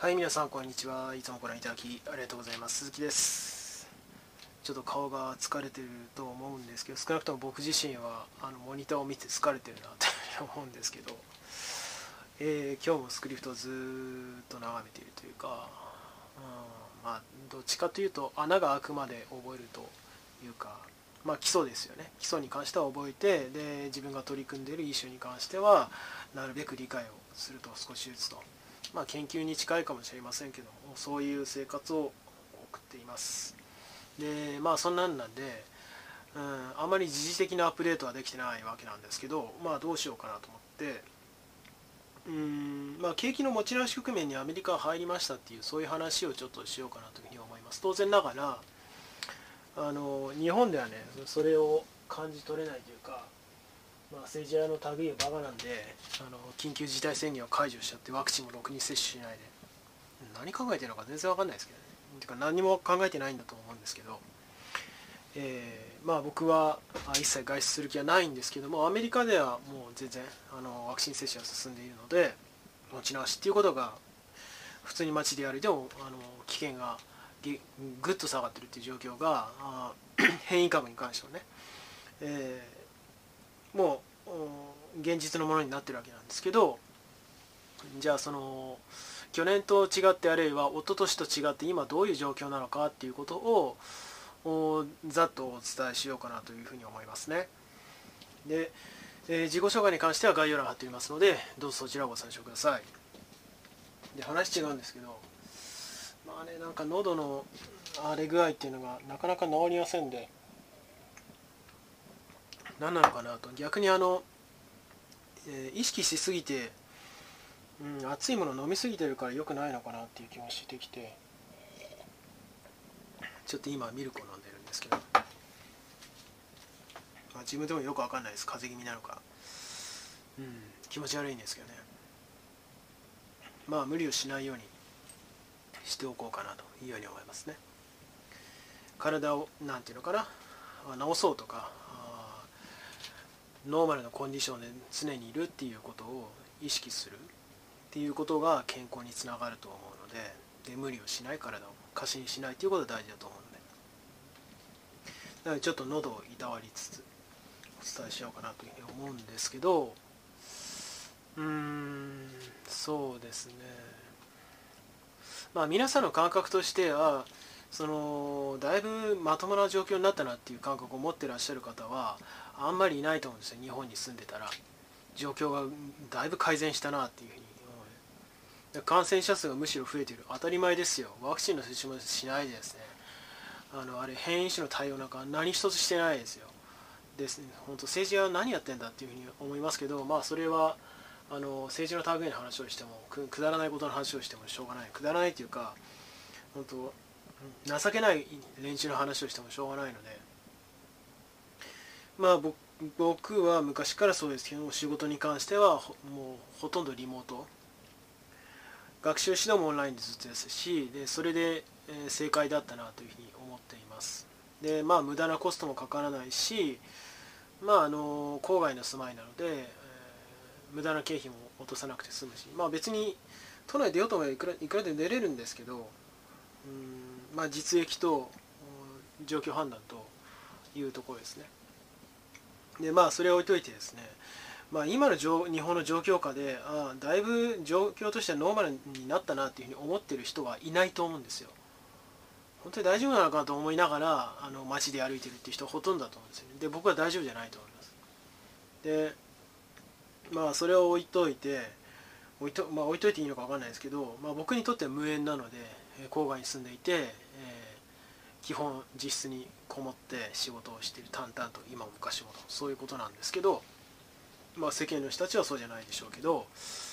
はい、皆さんこんにちは。いつもご覧いただきありがとうございます。鈴木です。ちょっと顔が疲れてると思うんですけど、少なくとも僕自身はモニターを見て疲れてるなと思うんですけど、今日もスクリプトをずっと眺めているというか、どっちかというと穴が開くまで覚えるというか、基礎ですよね。基礎に関しては覚えて、で自分が取り組んでいるイシューに関してはなるべく理解をすると、少しずつと。研究に近いかもしれませんけども、そういう生活を送っています。でそんなんで、あまり時事的なアップデートはできてないわけなんですけど、どうしようかなと思って、景気の持ち直し局面にアメリカが入りましたっていう、そういう話をちょっとしようかなというふうに思います。当然ながら日本ではね、それを感じ取れないというか、政治家の類はバカなんで、緊急事態宣言を解除しちゃってワクチンもろくに接種しないで、何考えてるのか全然わかんないですけどね。てか何も考えてないんだと思うんですけど、僕は一切外出する気はないんですけども、アメリカではもう全然ワクチン接種が進んでいるので、持ち直しっていうことが普通に街で歩いても危険がぐっと下がってるっていう状況が変異株に関してはね、もう現実のものになってるわけなんですけど、じゃあ去年と違って、あるいは一昨年と違って今どういう状況なのかっていうことをざっとお伝えしようかなというふうに思いますね。で、自己紹介に関しては概要欄貼っておりますので、どうぞそちらをご参照ください。で、話違うんですけど、なんか喉の荒れ具合っていうのがなかなか治りませんで、何なのかなと。逆に意識しすぎて、熱いもの飲みすぎてるから良くないのかなっていう気もしてきて、ちょっと今ミルクを飲んでるんですけど、自分でもよく分かんないです。風邪気味なのか、気持ち悪いんですけどね。無理をしないようにしておこうかなというように思いますね。体をなんていうのかな、治そうとか、ノーマルなコンディションで常にいるっていうことを意識するっていうことが健康につながると思うので、無理をしない、体を過信しないということが大事だと思うので、なのでちょっと喉をいたわりつつお伝えしようかなというふうに思うんですけど、そうですね、皆さんの感覚としてはだいぶまともな状況になったなっていう感覚を持ってらっしゃる方はあんまりいないと思うんですよ。日本に住んでたら状況がだいぶ改善したなっていうふうに思う。感染者数がむしろ増えている、当たり前ですよ。ワクチンの接種もしないでですね、あれ変異種の対応なんか何一つしてないですよ。ですね、本当政治は何やってんだっていうふうに思いますけど、それは政治の類の話をしてもくだらないことの話をしてもしょうがない、くだらないというか本当情けない連中の話をしてもしょうがないので、僕は昔からそうですけども、仕事に関してはもうほとんどリモート、学習指導もオンラインでずっとですし、でそれで正解だったなというふうに思っています。で無駄なコストもかからないし、郊外の住まいなので、無駄な経費も落とさなくて済むし、別に都内出ようと思えばいくらで出れるんですけど、実益と状況判断というところですね。でそれを置いといてですね、今の日本の状況下でだいぶ状況としてはノーマルになったなっていうふうに思ってる人はいないと思うんですよ。本当に大丈夫なのかと思いながら街で歩いてるっていう人はほとんどだと思うんですよね。で僕は大丈夫じゃないと思います。でそれを置いといていいのか分かんないですけど、僕にとっては無縁なので、郊外に住んでいて、基本実質にこもって仕事をしている、淡々と今も昔もと、そういうことなんですけど、世間の人たちはそうじゃないでしょうけど、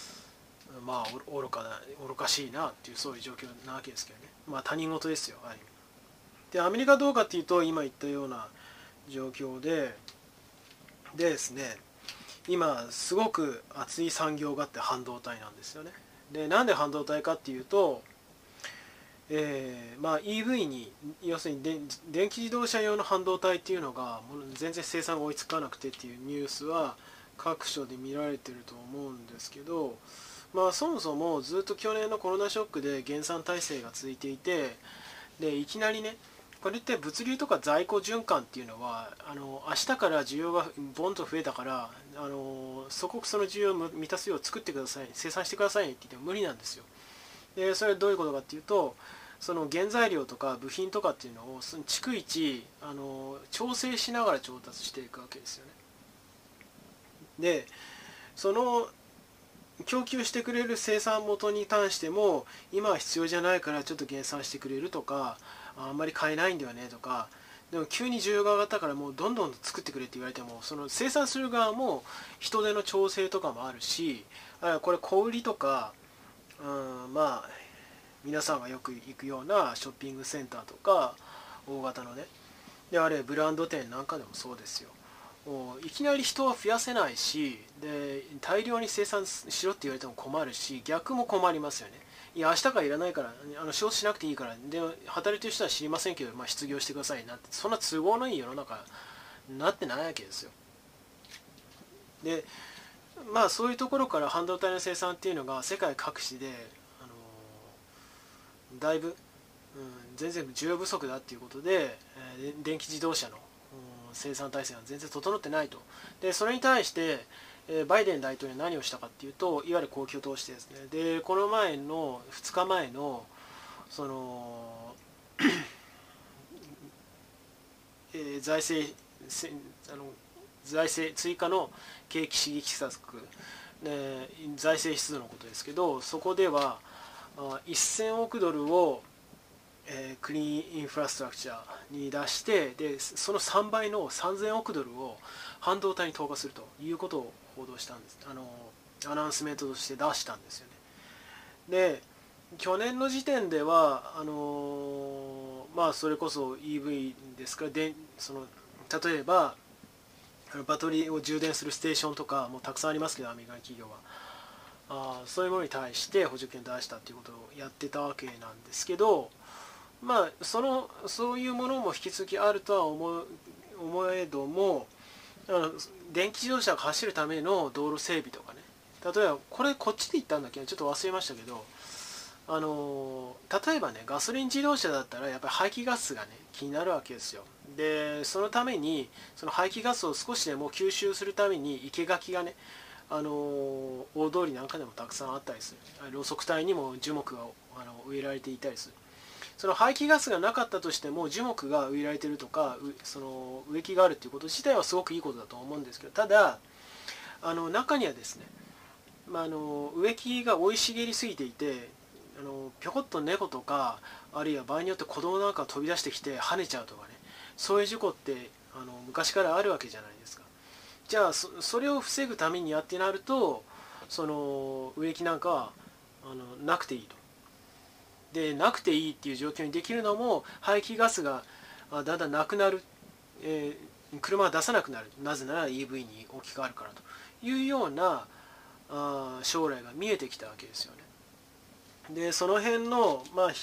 愚かしいなっていう、そういう状況なわけですけどね。他人事ですよ、ある意味で。アメリカどうかっていうと、今言ったような状況でですね、今すごく熱い産業があって半導体なんですよね。でなんで半導体かっていうと、EV に、要するに電気自動車用の半導体っていうのがもう全然生産が追いつかなくてっていうニュースは各所で見られてると思うんですけど、 そもそもずっと去年のコロナショックで減産体制が続いていて、でいきなりね、これって物流とか在庫循環っていうのは明日から需要がボンと増えたからその需要を満たすよう作ってください、生産してくださいねって言っても無理なんですよ。でそれはどういうことかっていうと、その原材料とか部品とかっていうのを逐一調整しながら調達していくわけですよね。でその供給してくれる生産元に関しても今は必要じゃないからちょっと減産してくれるとか、あんまり買えないんだよねとか、でも急に需要が上がったからもうどんどん作ってくれって言われても、その生産する側も人手の調整とかもあるし、これ小売りとか、皆さんがよく行くようなショッピングセンターとか大型のね、であれブランド店なんかでもそうですよ。いきなり人は増やせないし、で大量に生産しろって言われても困るし、逆も困りますよね。いや明日からいらないから仕事しなくていいからで働いてる人は知りませんけど、失業してくださいなんて、そんな都合のいい世の中になってないわけですよ。でそういうところから半導体の生産っていうのが世界各地で、だいぶ、全然需要不足だっていうことで、電気自動車の生産体制が全然整ってないと。でそれに対してバイデン大統領は何をしたかっていうと、いわゆる公共投資ですね。でこの前の2日前のその財政追加の景気刺激策、財政出動のことですけど、そこでは1000億ドルをクリーンインフラストラクチャーに出して、でその3倍の3000億ドルを半導体に投下するということを報道したんです。アナウンスメントとして出したんですよね。で去年の時点ではそれこそ EV ですから、例えばバトリーを充電するステーションとかもたくさんありますけど、アメリカの企業はそういうものに対して補助金を出したっていうことをやってたわけなんですけど、そういうものも引き続きあるとは思えども、電気自動車が走るための道路整備とかね、例えばこっちで言ったんだっけどちょっと忘れましたけど、例えばねガソリン自動車だったらやっぱり排気ガスがね気になるわけですよ。でそのためにその排気ガスを少しでも吸収するために生垣がね、大通りなんかでもたくさんあったりする。路側帯にも樹木が植えられていたりする。その排気ガスがなかったとしても樹木が植えられてるとかその植木があるっていうこと自体はすごくいいことだと思うんですけど、ただ中にはですね、植木が生い茂りすぎていてぴょこっと猫とか、あるいは場合によって子供なんか飛び出してきて跳ねちゃうとかね、そういう事故って昔からあるわけじゃないですか。じゃあそれを防ぐためにやってなると、その植木なんかはなくていいと。でなくていいっていう状況にできるのも排気ガスがだんだんなくなる、車は出さなくなる、なぜなら EV に置き換わるからというような将来が見えてきたわけですよね。でその辺の、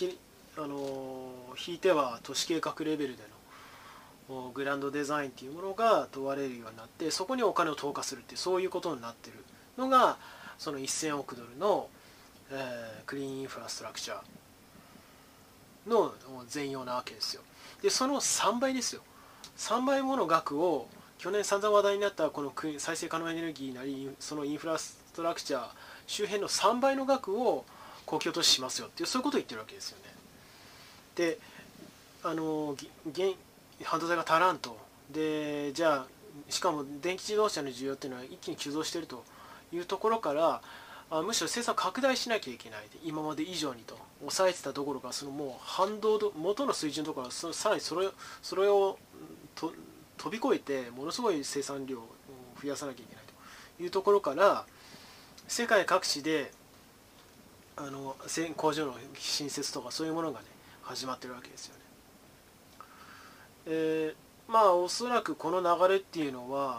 引いては都市計画レベルでのグランドデザインっていうものが問われるようになって、そこにお金を投下するっていうそういうことになってるのがその1000億ドルの、クリーンインフラストラクチャーの全容なわけですよ。でその3倍ですよ。3倍もの額を去年散々話題になったこの再生可能エネルギーなりそのインフラストラクチャー周辺の3倍の額を公共投資しますよっていうそういうことを言ってるわけですよね。で半導体が足らんと。でじゃあしかも電気自動車の需要っていうのは一気に急増しているというところからむしろ生産を拡大しなきゃいけない、今まで以上にと抑えてたところがそのもう元の水準のところからさらにそれを飛び越えてものすごい生産量を増やさなきゃいけないというところから世界各地で工場の新設とかそういうものがね始まってるわけですよね。おそらくこの流れっていうのは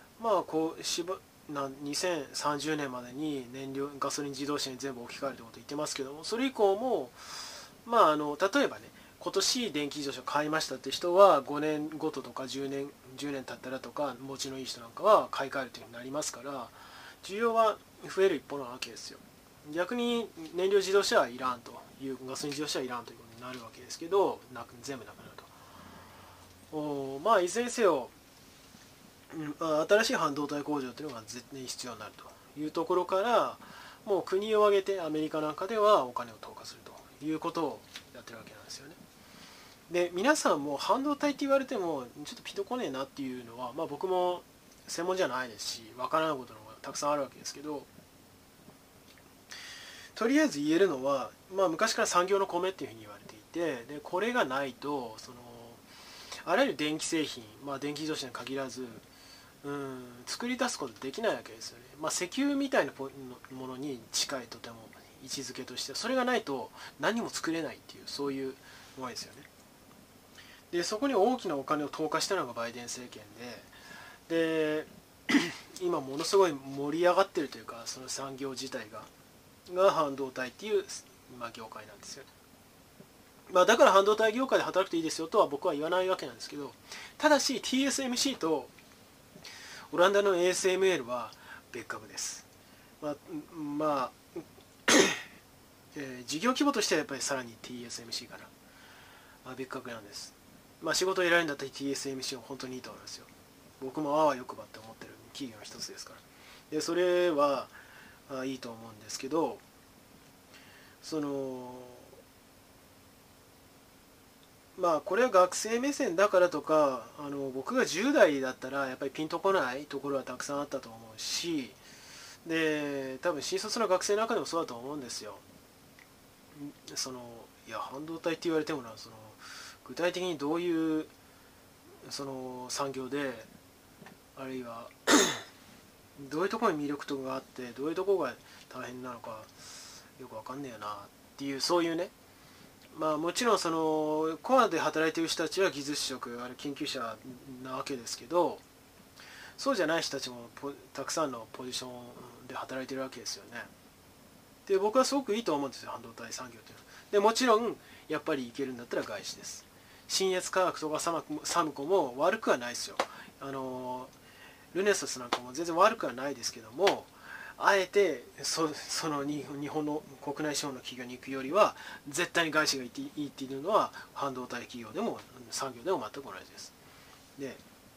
2030年までにガソリン自動車に全部置き換えるってことを言ってますけども、それ以降も例えばね今年電気自動車を買いましたって人は5年ごととか10年経ったらとか持ちのいい人なんかは買い替えるというふうになりますから、需要は増える一方なわけですよ。 逆に燃料自動車はいらんという、ガソリン自動車はいらんということになるわけですけど、全部なくなると。まあいずれにせよ、新しい半導体工場というのが絶対に必要になるというところから、もう国を挙げてアメリカなんかではお金を投下するということをやってるわけなんですよね。で皆さんも半導体って言われてもちょっとピンとこねえなっていうのは、僕も専門じゃないですし分からないことの方がたくさんあるわけですけど、とりあえず言えるのは、昔から産業の米っていうふうに言われていて、でこれがないとあらゆる電気製品、電気自動車に限らず、作り出すことできないわけですよね。石油みたいなものに近い、とても位置づけとしてそれがないと何も作れないっていう、そういうものですよね。でそこに大きなお金を投下したのがバイデン政権で、今ものすごい盛り上がってるというか、その産業自体が半導体っていう、業界なんですよね。だから半導体業界で働くといいですよとは僕は言わないわけなんですけど、ただし TSMC とオランダの ASML は別格です。事業規模としてはやっぱりさらに TSMC かな、別格なんです。仕事を得られるんだったら TSMC は本当にいいと思いますよ。僕もあわよくばって思ってる企業の一つですから。でそれはいいと思うんですけど、これは学生目線だからとか、僕が10代だったらやっぱりピンとこないところはたくさんあったと思うし、で多分新卒の学生の中でもそうだと思うんですよ。いや半導体って言われても具体的にどういう産業で、あるいはどういうところに魅力とかがあってどういうところが大変なのかよくわかんねえよなっていう、そういうね、もちろんコアで働いている人たちは技術職、研究者なわけですけど、そうじゃない人たちもたくさんのポジションで働いているわけですよね。で僕はすごくいいと思うんですよ、半導体産業というのは。でもちろんやっぱりいけるんだったら外資です。信越化学とかサムコも悪くはないですよ。ルネサスなんかも全然悪くはないですけども、あえてその日本の国内資本の企業に行くよりは絶対に外資がいいっていうのは半導体企業でも産業でも全く同じです。で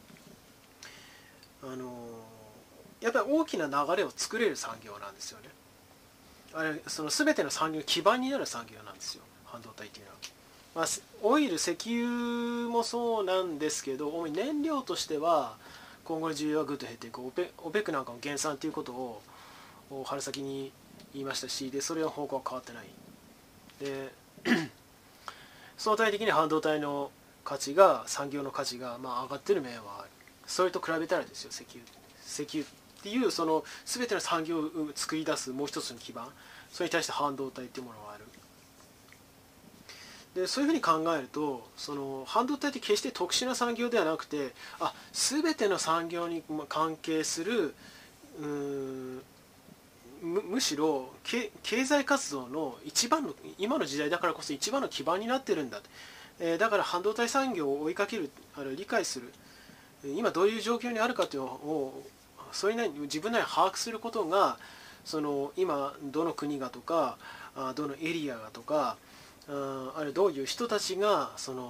やっぱり大きな流れを作れる産業なんですよね。全ての産業の基盤になる産業なんですよ、半導体っていうのは。オイル石油もそうなんですけど、主に燃料としては今後の需要はぐっと減っていく。OPEC なんかも減産ということを春先に言いましたし、でそれは方向は変わってないで相対的に半導体の価値が、産業の価値が上がってる面はある。それと比べたらですよ、石油っていう全ての産業を作り出すもう一つの基盤、それに対して半導体っていうものがある。でそういうふうに考えると、半導体って決して特殊な産業ではなくて、全ての産業に関係する、むしろ経済活動の一番の、今の時代だからこそ一番の基盤になってるんだ、だから半導体産業を追いかける、理解する、今どういう状況にあるかというのをそれなりに自分なりに把握することが、今どの国がとかどのエリアがとか、あるいはどういう人たちが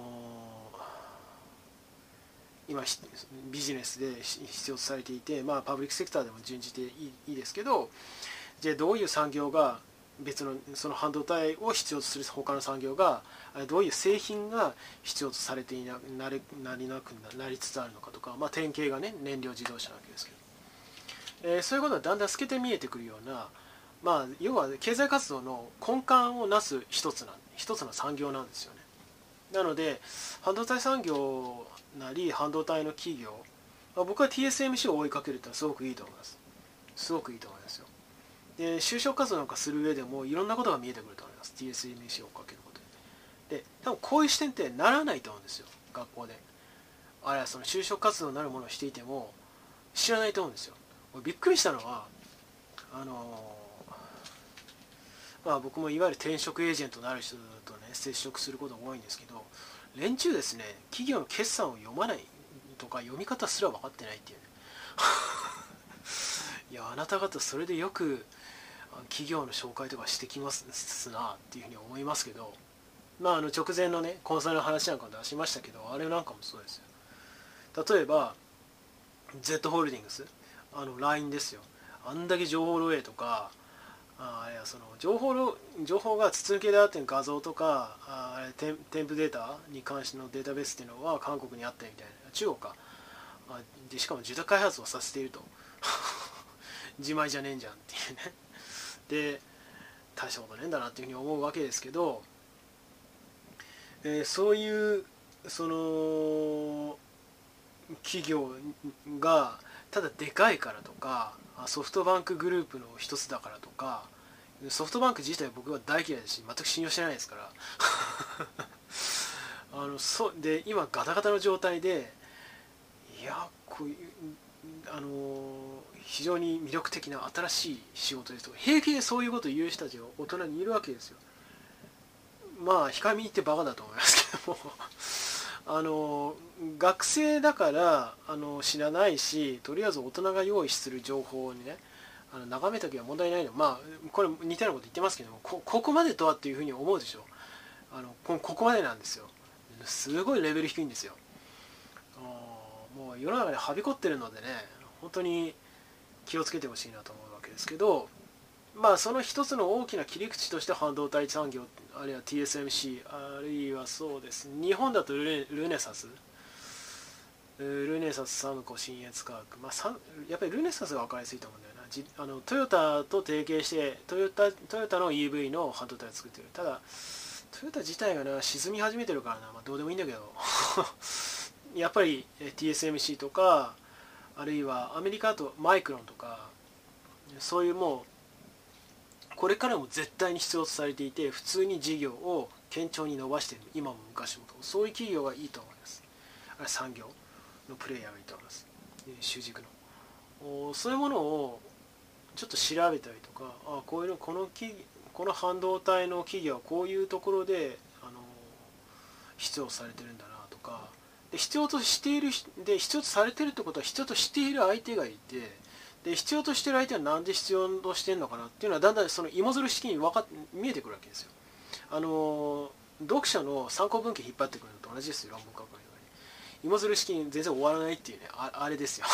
今ビジネスで必要とされていて、パブリックセクターでも準じていいですけど、じゃあどういう産業が別のその半導体を必要とする他の産業がどういう製品が必要とされていなりつつあるのかとか、典型がね燃料自動車なわけですけど、そういうことがだんだん透けて見えてくるような、要は経済活動の根幹をなす一つの産業なんですよね。なので半導体産業なり半導体の企業、僕は TSMC を追いかけるというのはすごくいいと思います。すごくいいと思いますよ。で就職活動なんかする上でもいろんなことが見えてくると思います。 TSMC を追いかけることで。多分こういう視点ってならないと思うんですよ、学校で。あれはその就職活動になるものをしていても知らないと思うんですよ。びっくりしたのは僕もいわゆる転職エージェントになる人とね接触することが多いんですけど、連中ですね、企業の決算を読まないとか読み方すら分かってないっていうねいやあなた方それでよく企業の紹介とかしてきますなっていうふうに思いますけど、直前のねコンサルの話なんか出しましたけど、あれなんかもそうですよ。例えば Z ホールディングス、LINE ですよ。あんだけ情報漏洩とか、いやその情報が筒抜けであって画像とか添付データに関してのデータベースっていうのは韓国にあったみたいな、中国かで、しかも受託開発をさせていると自前じゃねえんじゃんっていうね。で大したことねえんだなっていうふうに思うわけですけど、そういうその企業がただでかいからとか、ソフトバンクグループの一つだからとか、ソフトバンク自体僕は大嫌いだし全く信用してないですからで今ガタガタの状態で、いやこういう非常に魅力的な新しい仕事ですとか平気でそういうことを言う人たちが大人にいるわけですよ。控えめに言ってバカだと思いますけども学生だから知らないし、とりあえず大人が用意する情報をね眺めときは問題ないの。これ似たようなこと言ってますけども、ここまでとはっていうふうに思うでしょ。ここまでなんですよ。すごいレベル低いんですよ。もう世の中ではびこってるのでね、本当に気をつけてほしいなと思うわけですけど、その一つの大きな切り口として半導体産業、あるいは TSMC、あるいはそうです日本だとルネサス、サムコ、信越科学、やっぱりルネサスが分かりやすいと思うんだよな。トヨタと提携してトヨタの EV の半導体を作ってる。ただトヨタ自体がな沈み始めてるからな、どうでもいいんだけどやっぱり TSMC とか、あるいはアメリカだとマイクロンとか、そういうもうこれからも絶対に必要とされていて、普通に事業を堅調に伸ばしている、今も昔もと、そういう企業がいいと思います。あれ産業のプレイヤーがいいと思います。主軸のそういうものをちょっと調べたりとか、こういうのこの半導体の企業はこういうところで必要とされてるんだなとか、で必要とされてるってことは必要としている相手がいて、で必要としている相手は何で必要としてるのかなっていうのはだんだんその芋づる式に見えてくるわけですよ。読者の参考文献引っ張ってくるのと同じですよ。論文書くのに芋づる式に全然終わらないっていうね、あれですよ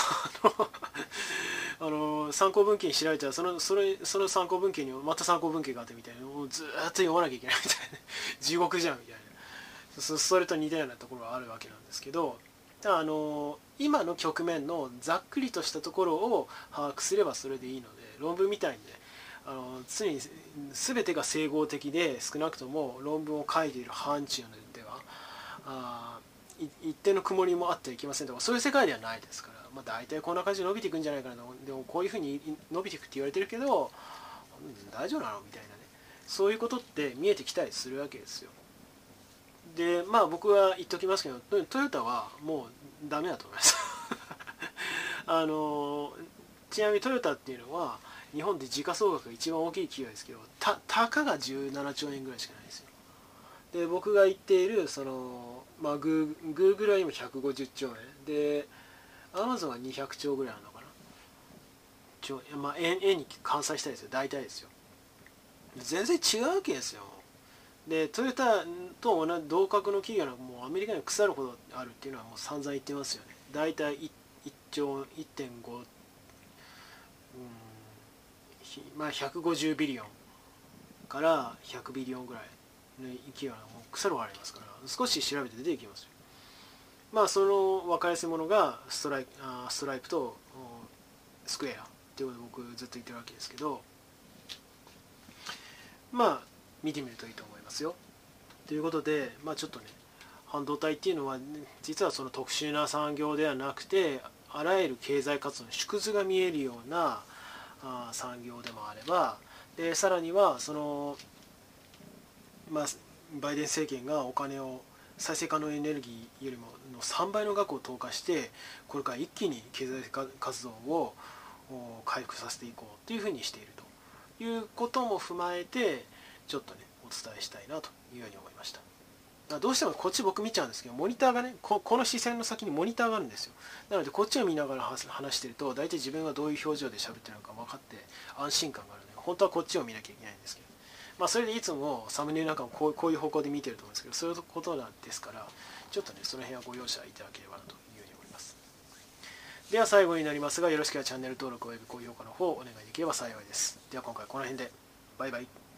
参考文献調べたらその参考文献にまた参考文献があってみたいな、もうずっと読まなきゃいけないみたいな地獄じゃんみたいな、それと似たようなところがあるわけなんですけど、今の局面のざっくりとしたところを把握すればそれでいいので、論文みたいにね常に全てが整合的で、少なくとも論文を書いている範疇では一定の曇りもあってはいけませんとか、そういう世界ではないですから、大体こんな感じで伸びていくんじゃないかな。でもこういうふうに伸びていくって言われてるけど大丈夫なのみたいなね、そういうことって見えてきたりするわけですよ。で僕は言っときますけど、トヨタはもうダメだと思いますちなみにトヨタっていうのは日本で時価総額が一番大きい企業ですけど、たかが17兆円ぐらいしかないんですよ。で僕が言っているグーグルは今150兆円で、アマゾンは200兆ぐらいあるのかな。円に換算したいですよ、大体ですよ。全然違うわけですよ。でトヨタと同格の企業はもうアメリカに腐るほどあるっていうのはもう散々言ってますよね。大体1兆1.5、150ビリオンから100ビリオンぐらいの企業はもう腐るほどありますから、少し調べて出てきますよ。その分かりやすいものがストライプとスクエアっていうことで僕ずっと言ってるわけですけど、見てみるといいと思いますよ。ということで、ちょっとね半導体っていうのは、実はその特殊な産業ではなくて、あらゆる経済活動の縮図が見えるような産業でもあれば、でさらにはその、バイデン政権がお金を再生可能エネルギーよりもの3倍の額を投下して、これから一気に経済活動を回復させていこうというふうにしているということも踏まえて、ちょっとねお伝えしたいなというふうに思いました。どうしてもこっち僕見ちゃうんですけど、モニターがねこの視線の先にモニターがあるんですよ。なのでこっちを見ながら話してると、大体自分がどういう表情で喋ってるのか分かって安心感があるので、 本当はこっちを見なきゃいけないんですけど、それでいつもサムネイルなんかもこういう方向で見てると思うんですけど、そういうことなんですから、ちょっとねその辺はご容赦いただければなというふうに思います。では最後になりますが、よろしければチャンネル登録および高評価の方をお願いできれば幸いです。では今回この辺で、バイバイ。